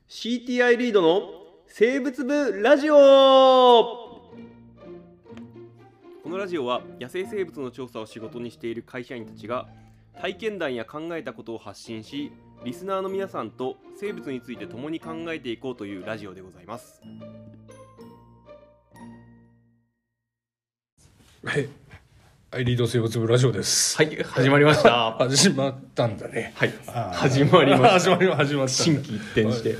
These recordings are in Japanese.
CTI リードの生物部ラジオ。このラジオは野生生物の調査を仕事にしている会社員たちが体験談や考えたことを発信し、リスナーの皆さんと生物について共に考えていこうというラジオでございます。 はい、リード生物部ラジオです。 はい、始まりました。 始まったんだね。 はい、始まりました。 始まった。 心機一転して、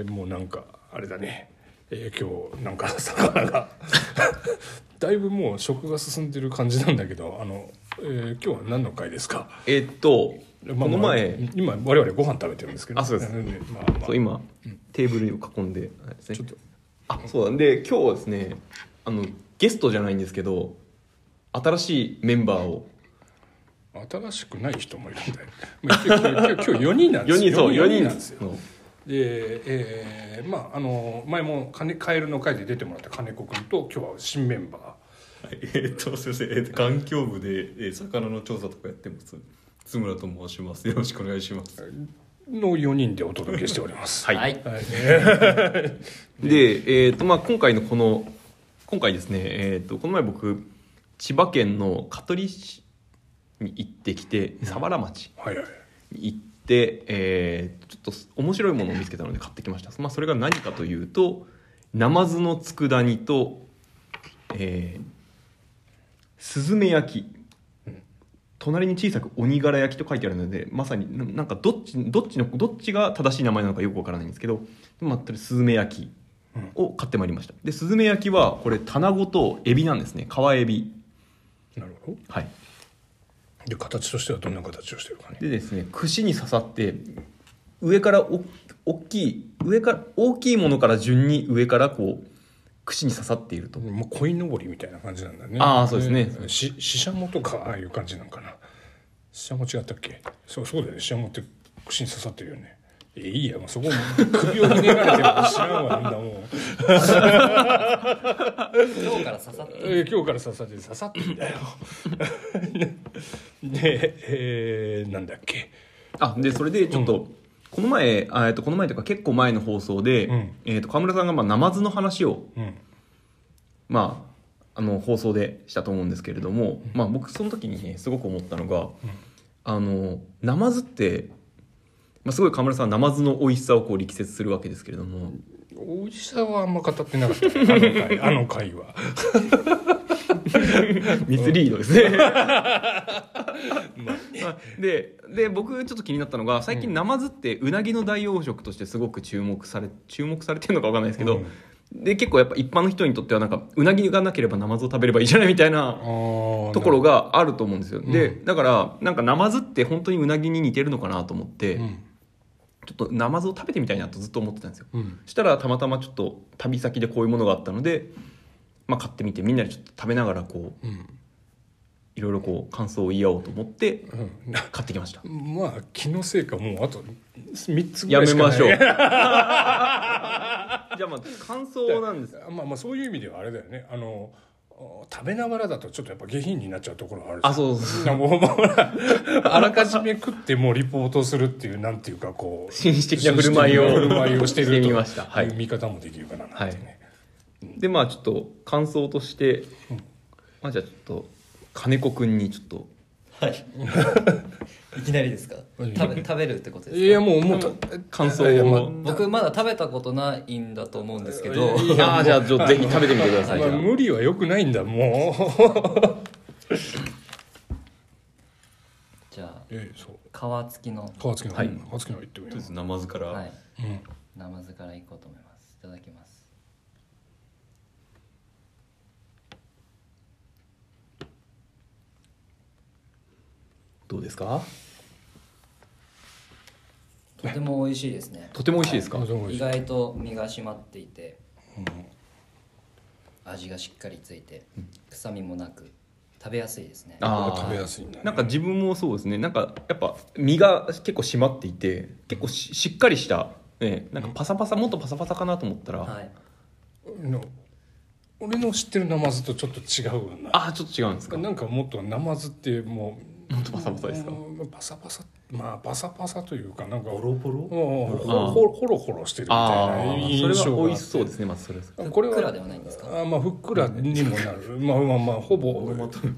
もうなんかあれだね。今日なんか魚がだいぶもう食が進んでる感じなんだけど、今日は何の回ですか？ この前、 今我々ご飯食べてるんですけど、 そうです。そう今、テーブルを囲んでですね。ちょっとそうなんで今日はですね、ゲストじゃないんですけど、新しいメンバーを。 新しくない人もいるんだよ。今日4人なんですよ。4人なんですよ。で、前もカエルの会で出てもらった金子君と今日は新メンバー。 すいません、環境部で、魚の調査とかやってます津村と申します。よろしくお願いします。 の4人でお届けしております。 はい。で、今回ですね、この前僕千葉県の香取市に行ってきて、佐原町に行って、ちょっと面白いものを見つけたので買ってきました。それが何かというと、ナマズの佃煮と、スズメ焼き、隣に小さく鬼柄焼きと書いてあるので、まさになんかどっちが正しい名前なのかよくわからないんですけど、スズメ焼きを買ってまいりました。で、スズメ焼きはこれ棚ごとエビなんですね。川エビ。 なるほど。 はい。 で、形としてはどんな形をしてるかね。 でですね、串に刺さって上から大きいものから順に上からこう串に刺さっていると。 もう鯉のぼりみたいな感じなんだね。 そうですね。 ししゃもとかああいう感じなんかな。ししゃも違ったっけ？そうだよね。ししゃもって串に刺さってるよね。いいや、もうそこも首をひねられても知らんわ、みんなもう。 今日から刺さって今日から刺さってんだよ。で、なんだっけ。 でそれでちょっと、この前というか結構前の放送で、川村さんがナマズの話を、放送でしたと思うんですけれども、僕その時にねすごく思ったのが、ナマズって、すごい川村さんはナマズの美味しさをこう力説するわけですけれども、 美味しさはあんま語ってなかったね、あの回は。 ミスリードですね。で僕ちょっと気になったのが、最近ナマズってうなぎの代用食としてすごく注目されてるのか分かんないですけど、で結構やっぱ一般の人にとってはなんかうなぎがなければナマズを食べればいいじゃないみたいなところがあると思うんですよ。でだからなんかナマズって本当にうなぎに似てるのかなと思って、ちょっとナマズを食べてみたいなとずっと思ってたんですよ。そしたらたまたまちょっと旅先でこういうものがあったので、買ってみてみんなでちょっと食べながらこう、いろいろこう感想を言い合おうと思って買ってきました。 気のせいかもうあと3つぐらいしかない。 やめましょう。じゃあ感想なんです。 そういう意味ではあれだよね。食べながらだとちょっとやっぱ下品になっちゃうところがある。 そうあらかじめ食ってもうリポートするっていう、なんていうかこう紳士的な振る舞いをしてるとみました。 いう見方もできるかななんてね。 でちょっと感想として、じゃあちょっと金子くんにちょっと。 いきなりですか？食べるってことですか？ いやもう感想を。 僕まだ食べたことないんだと思うんですけど。 じゃあぜひ食べてみてください。 無理は良くないんだもう。 じゃあ皮付きの言ってみよう。 ナマズから、 ナマズからいこうと思います。いただきます。 どうですか？ とても美味しいですね。 とても美味しいですか？ 意外と身が締まっていて、味がしっかりついて、臭みもなく食べやすいですね。 食べやすいんだね。 なんか自分もそうですね。なんかやっぱ身が結構締まっていて、結構しっかりした、なんかパサパサ、もっとパサパサかなと思ったら、 俺の知ってるナマズとちょっと違うな。 ちょっと違うんですか？ なんかもっとナマズってもっとパサパサですか？ パサパサっまあパサパサというかなんかボロボロホロホロしてるみたいな印象があって、 それは美味しそうですね。まずそれですこれはふっくらではないんですか？ まあふっくらにもなるまあほぼ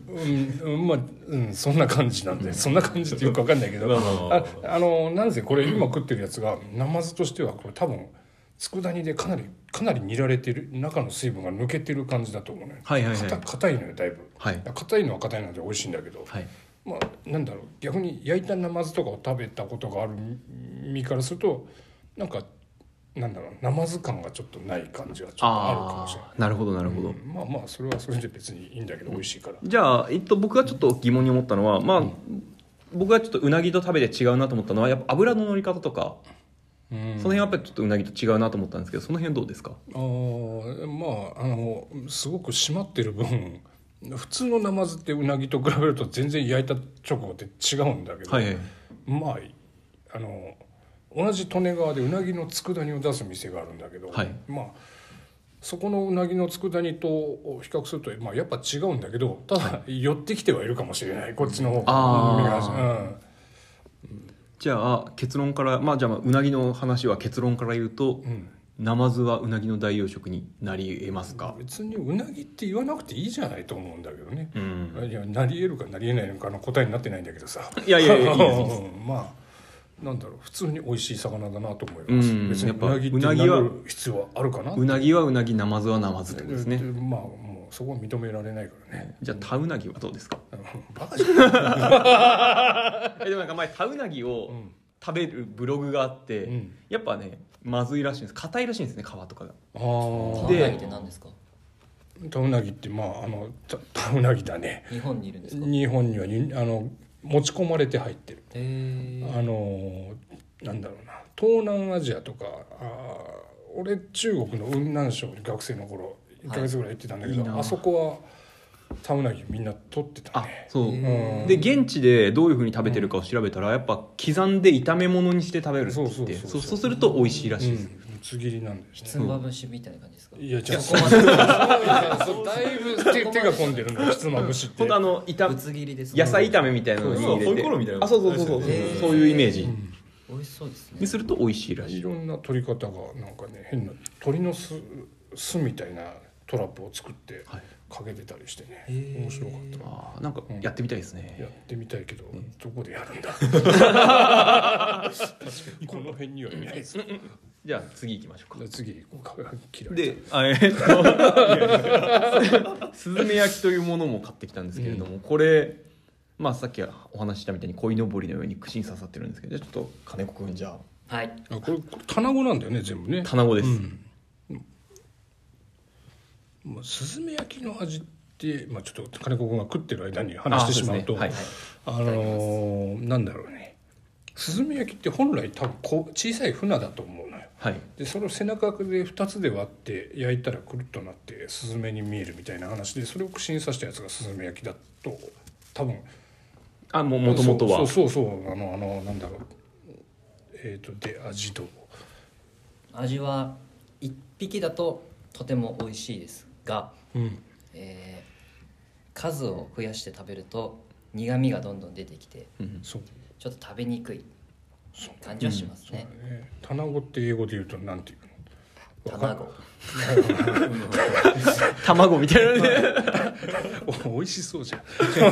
そんな感じなんで、そんな感じってよく分かんないけど、なんせこれ今食ってるやつがナマズとしてはこれ多分佃煮でかなり煮られてる、中の水分が抜けてる感じだと思うね。 はいはいはい。 硬いのよだいぶ。 はい。 硬いのは硬いので美味しいんだけど、 はい。 まあなんだろう、逆に焼いたナマズとかを食べたことがある身からするとなんかなんだろう、ナマズ感がちょっとない感じはちょっとあるかもしれない。 なるほどなるほど。 まあまあそれはそれで別にいいんだけど美味しいから。 じゃあ、僕がちょっと疑問に思ったのは、まあ、僕がちょっとうなぎと食べて違うなと思ったのはやっぱ油の乗り方とか、その辺はやっぱりちょっとうなぎと違うなと思ったんですけど、その辺どうですか？ まあすごく締まってる分、普通のナマズってうなぎと比べると全然焼いた直後って違うんだけど、 はいはい、 まあ同じ利根川でうなぎの佃煮を出す店があるんだけど、 はい、 まあそこのうなぎの佃煮と比較すると、まあ、やっぱ違うんだけど、ただ寄ってきてはいるかもしれない、こっちの方が。 じゃあ結論から、まあじゃあうなぎの話は結論から言うと、ナマズはうなぎの代用食になり得ますか？ 別にうなぎって言わなくていいじゃないと思うんだけどね。いや、なり得るかなり得ないのかの答えになってないんだけどさ。 いやいやいやいいですまあなんだろう、普通に美味しい魚だなと思います。別にうなぎってなる必要はあるかな。 うなぎはうなぎ、ナマズはナマズってことですね。 まあもうそこは認められないからね。 じゃあタウナギはどうですか？ バカじゃん。でもなんか前タウナギを食べるブログがあって、やっぱねまずいらしいんです。硬いらしいんですね、皮とかが。 タウナギって何ですか？ タウナギってタウナギだね。 日本にいるんですか？ 日本には持ち込まれて入ってる。なんだろうな、東南アジアとか、俺中国の雲南省に学生の頃1ヶ月ぐらい行ってたんだけど、あそこはタウナギみんな取ってたね。 そうで現地でどういう風に食べてるかを調べたら、やっぱ刻んで炒め物にして食べるって言って、そうすると美味しいらしいです。 ぶつ切りなんですね。 ひつまぶしみたいな感じですか？ いや、じゃあだいぶ手が込んでるの、ひつまぶしって。 本当ぶつ切りです。 野菜炒めみたいなのに入れて、 ホイコーローみたいな。 そういうイメージ美味しそうですね。 にすると美味しいらしい。 いろんな取り方がなんかね、変な鳥の巣みたいなトラップを作ってかけてたりしてね、面白かった。 なんかやってみたいですね。 やってみたいけど、どこでやるんだ。確かにこの辺にはいないです。 じゃあ次行きましょうか。 次行こうか。 で、スズメ焼きというものも買ってきたんですけれども、これまあさっきお話ししたみたいに鯉のぼりのように串に刺さってるんですけど、ちょっと金子くん、じゃあ。 はい。 これ卵なんだよね、全部ね。 卵です。 スズメ焼きの味って、ちょっと金子君が食ってる間に話してしまうと、なんだろうね、スズメ焼きって本来多分小さい船だと思うのよ。でそれを背中で2つで割って焼いたらくるっとなってスズメに見えるみたいな話で、それを串に刺したやつがスズメ焼きだと多分。 もともとはそうなんだろう、で味は1匹だととても美味しいですが、数を増やして食べると苦みがどんどん出てきて、ちょっと食べにくい感じはしますね。 卵って英語で言うとなんていうの？ 卵みたいなね。 美味しそうじゃん。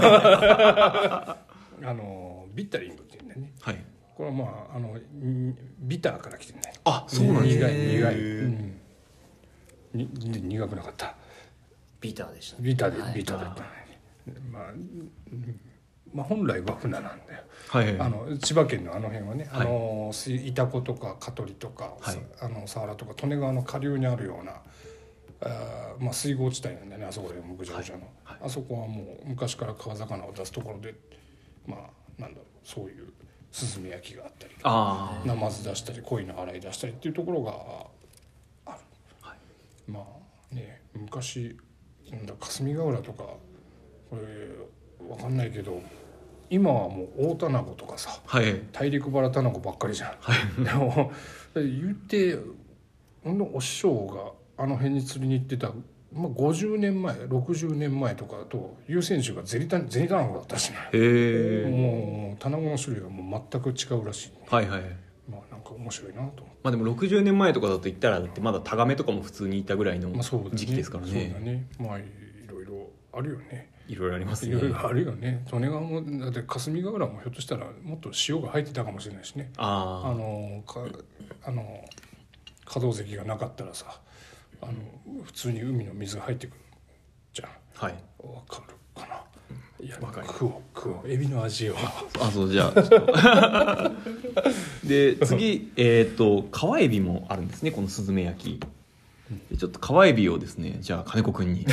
ビッタリングっていうんだよね。これはビターから来てるね。 そうなんですね。苦くなかった。 ビターでした。 ビターだったね。本来は船なんだよ。千葉県のあの辺はね、イタコとかカトリとかサワラとか利根川の下流にあるような水郷地帯なんだよね、あそこでもぐちゃぐちゃの。あそこはもう昔から川魚を出すところで、なんだろう、そういうスズメ焼きがあったり、ナマズ出したり鯉の洗い出したりっていうところがある。昔霞ヶ浦とかこれ分かんないけど、今はもう大卵とかさ、大陸バラ卵ばっかりじゃん。でも言ってお師匠があの辺に釣りに行ってた 50年前60年前とかだと優先種が銭卵だったしね。 へえ。 もう卵の種類がもう全く違うらしい、 はいはい。 まあなんか面白いなと思って。 まあでも60年前とかだと言ったらだってまだタガメとかも普通にいたぐらいの時期ですからね。 そうだね。まあいろいろあるよね。 いろいろありますね。 いろいろあるよね。利根川もだって霞ヶ浦もひょっとしたらもっと塩が入ってたかもしれないしね。可動石がなかったらさ、普通に海の水が入ってくるじゃん。 はい。 わかるかな。いや、 わかる。 食おうエビの味を。 そうじゃあちょっとで次川エビもあるんですね、このスズメ焼き。ちょっと川エビをですね、じゃあ金子くんにとり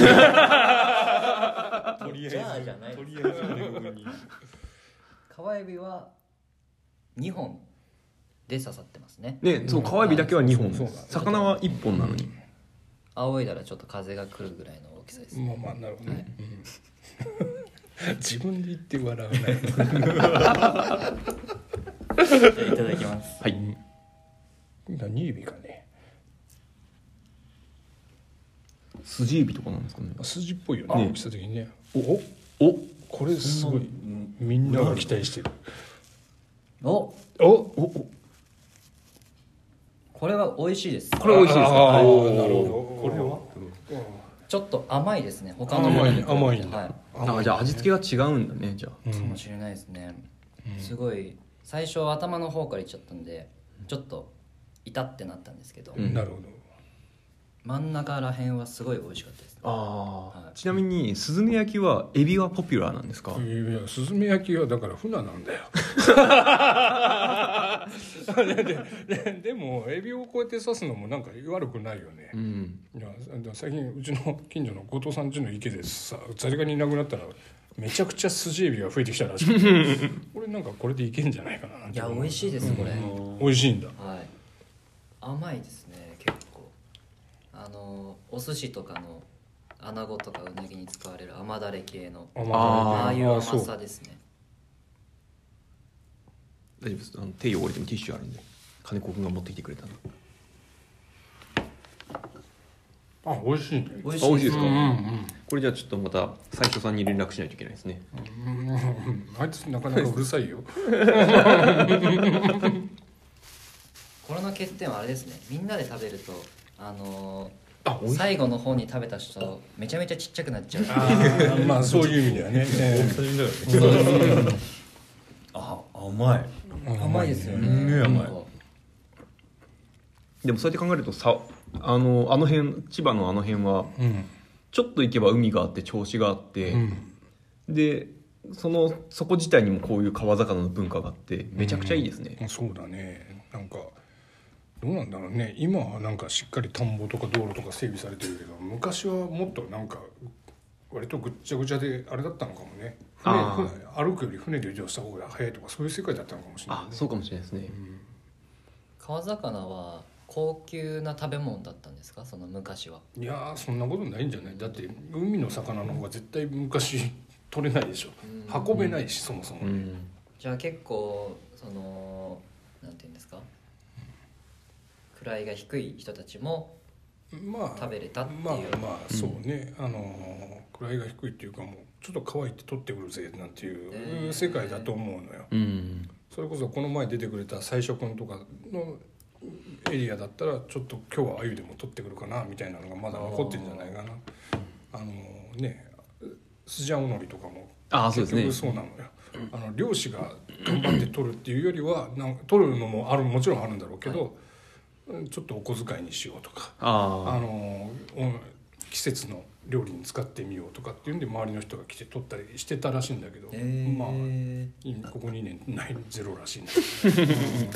あえずじゃあじゃないとりあえず金子君に川エビは2本で刺さってますね。 ね、そう川エビだけは2本、 そうだ魚は1本なのに。 仰いだらちょっと風が来るぐらいの大きさですね。 まあなるほどね。自分で言って笑わない。 じゃあいただきます。 はい。 何指かね。 筋指とかなんですかね。 筋っぽいよねね。大きさ的にね。 おこれすごい。みんなが期待してる。 お、これは美味しいです。 これ美味しいですか。 なるほど。これはちょっと甘いですね。他のものに比べて甘いんだ。 はい。 じゃあ味付けが違うんだね、じゃあ。 かもしれないですね。すごい最初頭の方からいっちゃったんで、ちょっと痛ってなったんですけど、 なるほど。 真ん中ら辺はすごい美味しかったです。 ちなみにスズメ焼きはエビはポピュラーなんですか。 いやスズメ焼きはだから船なんだよ。でもエビをこうやって刺すのもなんか悪くないよね。いや最近うちの近所の後藤さん家の池でさ、ザリガニいなくなったらめちゃくちゃスジエビが増えてきたらしくて、これなんかこれでいけんじゃないかな。 いや美味しいですこれ。 美味しいんだ。 はい。甘いですね結構。お寿司とかの穴子とかうなぎに使われる甘だれ系のああいう甘さですね。 大丈夫です。手汚れてもティッシュあるんで、金子くんが持ってきてくれたの。 美味しいね。 美味しいですか。 これじゃあちょっとまた最初さんに連絡しないといけないですね。 あいつなかなかうるさいよ。 これの欠点はあれですね。みんなで食べると最後の方に食べた人めちゃめちゃちっちゃくなっちゃう。 まあそういう意味ではね。 甘い甘いですよね。 甘い。 でもそうやって考えるとあの辺千葉のあの辺はちょっと行けば海があって銚子があって、でそこ自体にもこういう川魚の文化があってめちゃくちゃいいですね。 そうだね。なんかどうなんだろうね。今はなんかしっかり田んぼとか道路とか整備されてるけど、昔はもっとなんか割とぐっちゃぐちゃであれだったのかもね。歩くより船で移動した方が早いとかそういう世界だったのかもしれないね。 そうかもしれないですね。 川魚は高級な食べ物だったんですか、その昔は。 いやそんなことないんじゃない。だって海の魚の方が絶対昔取れないでしょ。運べないし、そもそもね。 じゃあ結構なんていうんですか、位が低い人たちも食べれたっていう。 まあそうね。位が低いっていうかもうちょっと乾いて取ってくるぜなんていう世界だと思うのよ。それこそこの前出てくれた最初くんとかのエリアだったらちょっと今日は鮎でも取ってくるかなみたいなのがまだ残ってるんじゃないかな。スジャオノリとかも結局そうなのよ。漁師が頑張って取るっていうよりは取るのももちろんあるんだろうけど、ちょっとお小遣いにしようとか、季節の料理に使ってみようとかっていうんで周りの人が来て取ったりしてたらしいんだけど、まあここ2年ないゼロらしいんだけど、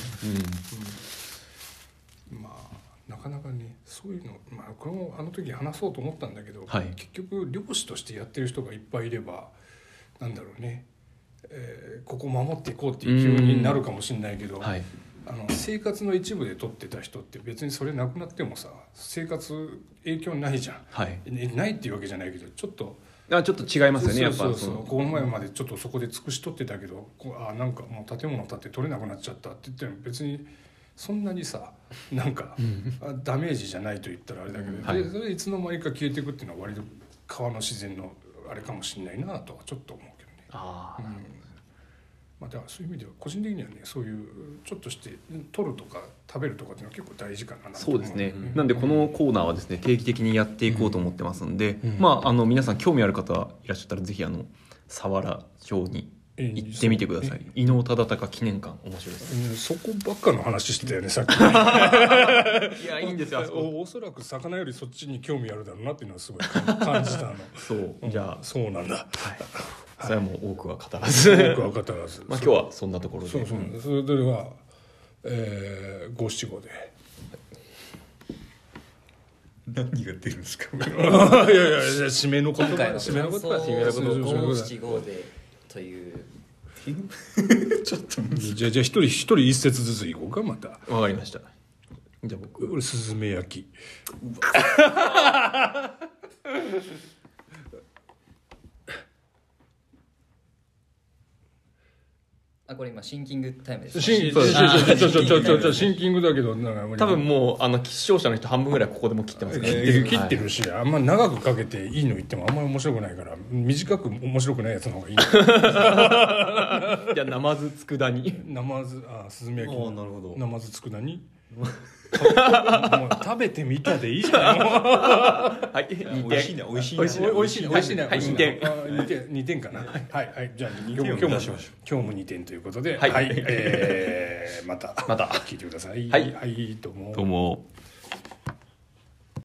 まあなかなかねそういうの、これもあの時話そうと思ったんだけど、結局漁師としてやってる人がいっぱいいればなんだろうね、ここ守っていこうっていう気になるかもしれないけど、生活の一部で取ってた人って別にそれなくなってもさ生活影響ないじゃん、ないっていうわけじゃないけどちょっと違いますよね。やっぱこの前までちょっとそこで尽くし取ってたけどなんかもう建物建って取れなくなっちゃったって言っても別にそんなにさなんかダメージじゃないと言ったらあれだけど、でそれいつの間にか消えていくっていうのは割と川の自然のあれかもしれないなとはちょっと思うけどね。まあ、だからそういう意味では個人的にはねそういうちょっとして取るとか食べるとかっていうのは結構大事かなとそうですね、なんでこのコーナーはですね定期的にやっていこうと思ってますんで、まあ皆さん興味ある方いらっしゃったらぜひ佐原町に行ってみてください。伊能忠敬記念館面白いです。 そこばっかの話してたよねさっき。 いやいいんですよ。 おそらく魚よりそっちに興味あるだろうなっていうのはすごい感じたの。 そうじゃあそうなんだ。 それはもう多くは語らず。 多くは語らず。 まあ今日はそんなところで。 そうそれでは五七五で。 何が出るんですか。 いや締めの言葉。 締めの言葉。五七五でという。 ちょっとじゃあ一人一節ずついこうかまた。 わかりました。じゃあ俺スズメ焼き。 これ今シンキングタイムです。 シンキングだけど多分もう視聴者の人半分ぐらいここでも切ってますから、 切ってるし、あんま長くかけていいの言ってもあんまり面白くないから短く面白くないやつの方がいい。 じゃあナマズ佃煮。 ナマズスズメ焼き。 なるほど。 ナマズ佃煮。もう食べてみたでいいじゃない。 はい、 美味しいね、美味しいね、 美味しいね、美味しいね。 はい、 2点かな。はいじゃあ今日も2点ということで、はい、また聞いてください。 はい、 どうも。 どうも。